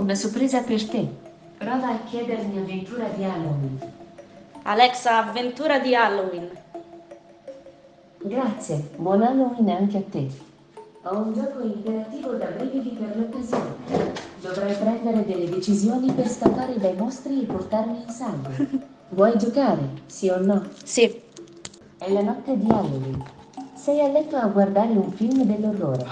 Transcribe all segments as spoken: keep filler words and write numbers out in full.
una sorpresa per te. Prova a chiedermi avventura di Halloween. Alexa, avventura di Halloween. Grazie, buon Halloween anche a te. Ho un gioco interattivo da brividi per l'occasione. Dovrai prendere delle decisioni per scappare dai mostri e portarmi in sangue. Vuoi giocare, sì o no? Sì. È la notte di Halloween. Sei a letto a guardare un film dell'orrore.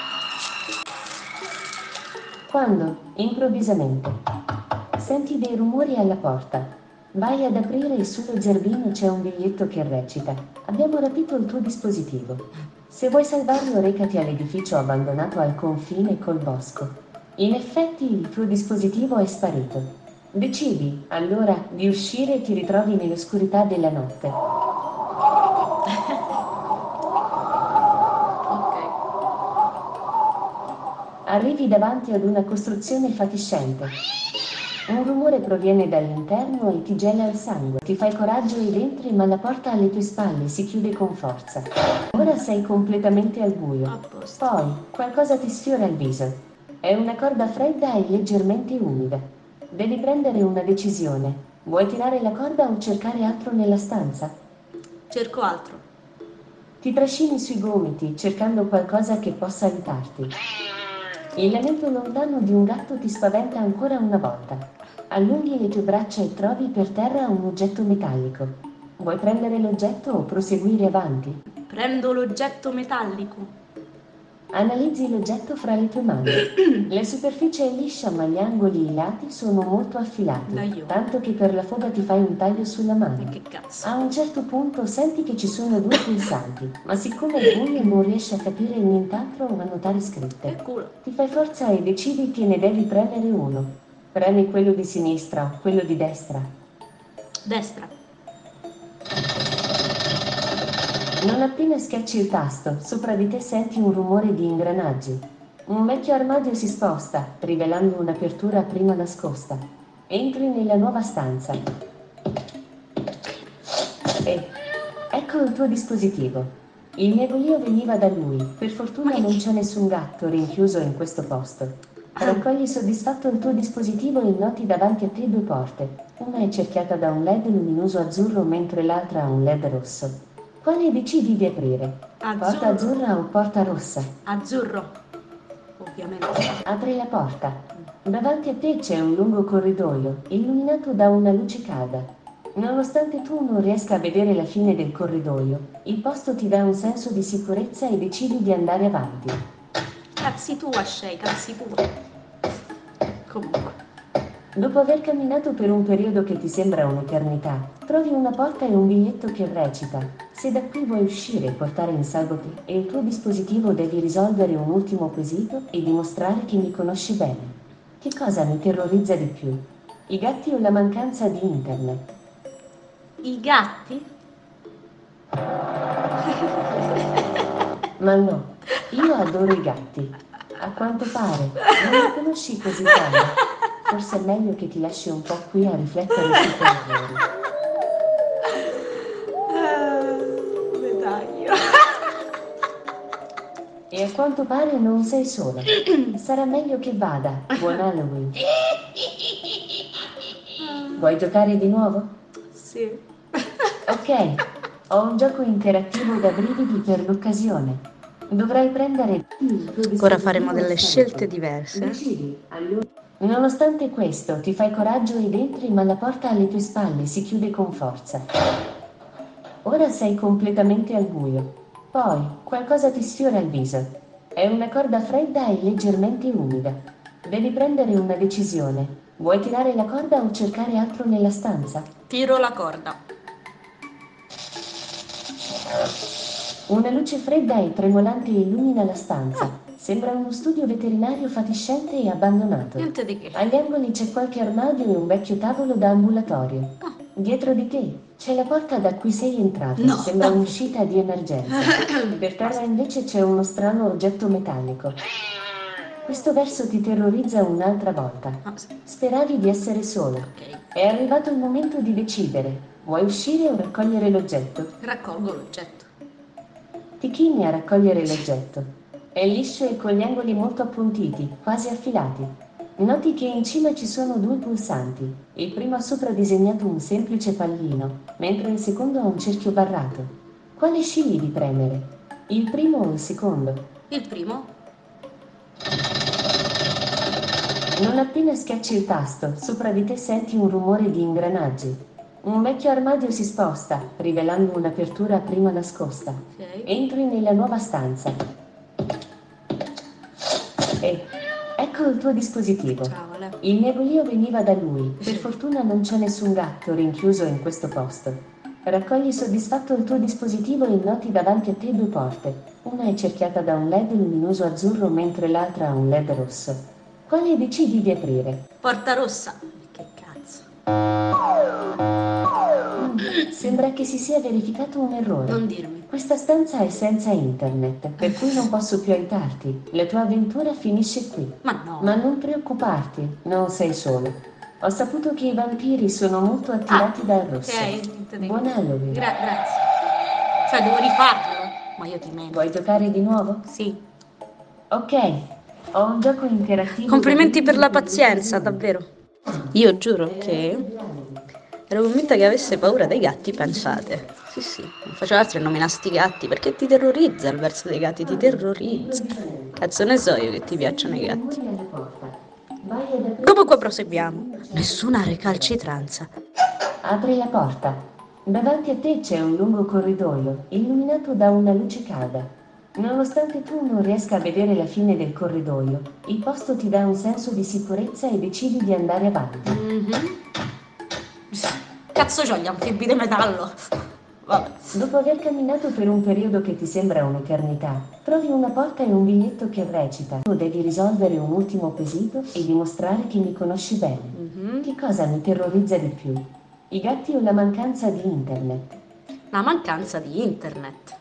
Quando, improvvisamente, senti dei rumori alla porta. Vai ad aprire e sullo zerbino c'è un biglietto che recita: abbiamo rapito il tuo dispositivo. Se vuoi salvarlo, recati all'edificio abbandonato al confine col bosco. In effetti il tuo dispositivo è sparito. Decidi, allora, di uscire e ti ritrovi nell'oscurità della notte. Ok. Arrivi davanti ad una costruzione fatiscente. Un rumore proviene dall'interno e ti gela il sangue. Ti fai coraggio ed entri, ma la porta alle tue spalle si chiude con forza. Ora sei completamente al buio. A posto. Poi, qualcosa ti sfiora il viso. È una corda fredda e leggermente umida. Devi prendere una decisione. Vuoi tirare la corda o cercare altro nella stanza? Cerco altro. Ti trascini sui gomiti, cercando qualcosa che possa aiutarti. Il lamento lontano di un gatto ti spaventa ancora una volta. Allunghi le tue braccia e trovi per terra un oggetto metallico. Vuoi prendere l'oggetto o proseguire avanti? Prendo l'oggetto metallico. Analizzi l'oggetto fra le tue mani. La superficie è liscia, ma gli angoli e i lati sono molto affilati, Dai, tanto che per la foga ti fai un taglio sulla mano. Che cazzo? A un certo punto senti che ci sono due pulsanti, ma siccome è buio non riesci a capire nient'altro o a notare scritte. Che culo. Ti fai forza e decidi che ne devi premere uno. Premi quello di sinistra o quello di destra. Destra. Non appena schiacci il tasto, sopra di te senti un rumore di ingranaggi. Un vecchio armadio si sposta, rivelando un'apertura prima nascosta. Entri nella nuova stanza. E ecco il tuo dispositivo. Il miagolio veniva da lui. Per fortuna non c'è nessun gatto rinchiuso in questo posto. Raccogli soddisfatto il tuo dispositivo e noti davanti a te due porte. Una è cerchiata da un led luminoso azzurro mentre l'altra ha un led rosso. Quale decidi di aprire? Porta Azzurro. azzurra o porta rossa? Azzurro. Ovviamente. Apri la porta. Davanti a te c'è un lungo corridoio, illuminato da una luce calda. Nonostante tu non riesca a vedere la fine del corridoio, il posto ti dà un senso di sicurezza e decidi di andare avanti. Cazzi tua, Shay, cazzi tua. Comunque. Dopo aver camminato per un periodo che ti sembra un'eternità, trovi una porta e un biglietto che recita: se da qui vuoi uscire e portare in salvo te e il tuo dispositivo, devi risolvere un ultimo quesito e dimostrare che mi conosci bene. Che cosa mi terrorizza di più? I gatti o la mancanza di internet? I gatti? Ma no, io adoro i gatti. A quanto pare, non li conosci così bene. Forse è meglio che ti lasci un po' qui a riflettere sui tuoi errori. Medaglia. E a quanto pare non sei sola. Sarà meglio che vada. Buon Halloween. Vuoi giocare di nuovo? Sì. Ok, ho un gioco interattivo da brividi per l'occasione. Dovrai prendere... Ora faremo delle scelte diverse. Decidi, allora... Nonostante questo, ti fai coraggio ed entri, ma la porta alle tue spalle si chiude con forza. Ora sei completamente al buio. Poi, qualcosa ti sfiora il viso. È una corda fredda e leggermente umida. Devi prendere una decisione. Vuoi tirare la corda o cercare altro nella stanza? Tiro la corda. Una luce fredda e tremolante illumina la stanza. Sembra uno studio veterinario fatiscente e abbandonato. Niente di che. Agli angoli c'è qualche armadio e un vecchio tavolo da ambulatorio. Ah. Dietro di te c'è la porta da cui sei entrato. No. Sembra un'uscita di emergenza. Per terra invece c'è uno strano oggetto metallico. Questo verso ti terrorizza un'altra volta. Ah, sì. Speravi di essere sola. Ok. È arrivato il momento di decidere. Vuoi uscire o raccogliere l'oggetto? Raccolgo l'oggetto. Ti chini a raccogliere l'oggetto. È liscio e con gli angoli molto appuntiti, quasi affilati. Noti che in cima ci sono due pulsanti. Il primo ha sopra disegnato un semplice pallino, mentre il secondo ha un cerchio barrato. Quale scegli di premere? Il primo o il secondo? Il primo? Non appena schiacci il tasto, sopra di te senti un rumore di ingranaggi. Un vecchio armadio si sposta, rivelando un'apertura prima nascosta. Ok. Entri nella nuova stanza. E ecco il tuo dispositivo. Ciao, Ale. Il nebulio veniva da lui. Per fortuna non c'è nessun gatto rinchiuso in questo posto. Raccogli soddisfatto il tuo dispositivo e noti davanti a te due porte. Una è cerchiata da un L E D luminoso azzurro mentre l'altra ha un L E D rosso. Quale decidi di aprire? Porta rossa. Che cazzo. Mm, sembra che si sia verificato un errore. Non dirmi. Questa stanza è senza internet, per cui non posso più aiutarti. La tua avventura finisce qui. Ma no. Ma non preoccuparti, non sei solo. Ho saputo che i vampiri sono molto attirati Ah, dal rosso. ok, niente di- Buon Halloween. Gra- grazie. Cioè, devo rifarlo? Ma io ti meno. Vuoi giocare di nuovo? Sì. Ok, ho un gioco interattivo. Complimenti per la da- pazienza, davvero. Io giuro che ero convinta che avesse paura dei gatti, pensate. Sì, sì, non faceva altro che nominare sti gatti, perché ti terrorizza il verso dei gatti, ti terrorizza. Cazzo ne so io che ti piacciono i gatti. Comunque proseguiamo. Nessuna recalcitranza. Apri la porta. Davanti a te c'è un lungo corridoio, illuminato da una luce calda. Nonostante tu non riesca a vedere la fine del corridoio, il posto ti dà un senso di sicurezza e decidi di andare avanti. Mhm. Cazzo c'ho gli anfibi di metallo. Vabbè. Dopo aver camminato per un periodo che ti sembra un'eternità, trovi una porta e un biglietto che recita: tu devi risolvere un ultimo quesito e dimostrare che mi conosci bene. Mhm. Che cosa mi terrorizza di più? I gatti o la mancanza di internet? La mancanza di internet.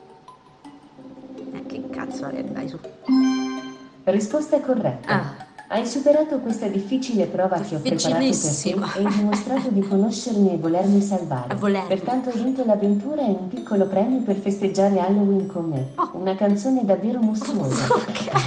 Eh, che cazzo è? Dai su. Risposta corretta. Ah. Hai superato questa difficile prova che ho preparato per te Difficilissima. e hai dimostrato di conoscermi e volermi salvare. E volermi. Pertanto hai vinto l'avventura e un piccolo premio per festeggiare Halloween con me. Oh. Una canzone davvero mostruosa. Ok.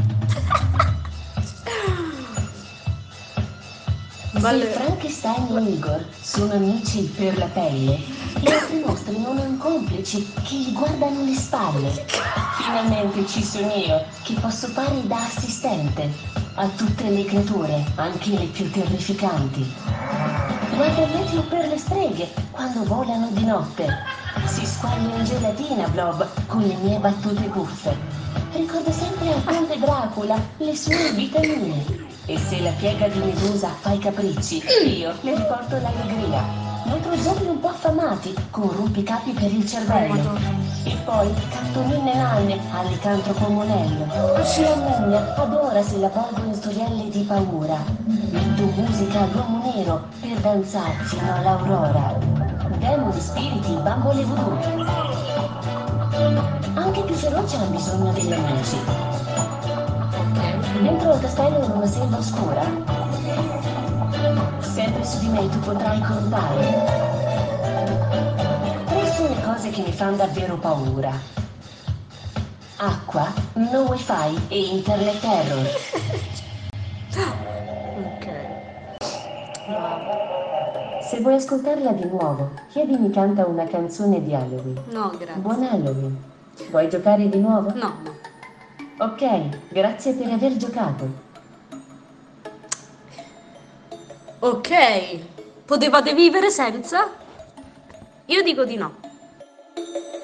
Se Vale. Frankenstein e Igor sono amici per la pelle, gli altri mostri non hanno complici che gli guardano le spalle. Finalmente ci sono io, che posso fare da assistente a tutte le creature, anche le più terrificanti. Guarda il meteo per le streghe quando volano di notte. Si squaglia in gelatina, Blob, con le mie battute buffe. Ricorda sempre al conte Dracula le sue vitamine. E se la piega di Medusa fa i capricci, io le riporto l'allegria. Mentre zombie un po' affamati, con rompicapi per il cervello. E poi cartoline nanne al licantropo monello. La mummia adora se la porgo in storielle di paura. Metto musica all'uomo nero per danzare fino all'aurora. Demoni, spiriti, bambole voodoo. Anche più feroci hanno bisogno degli amici. Dentro il castello in una selva oscura, sempre su di me tu potrai contare. Tre sono le cose che mi fanno davvero paura: acqua, no wifi e internet error. Ok. Wow. Se vuoi ascoltarla di nuovo, chiedimi canta una canzone di Halloween. No, grazie. Buon Halloween. Vuoi giocare di nuovo? No, no. Ok, grazie per aver giocato. Ok. Potevate vivere senza? Io dico di no.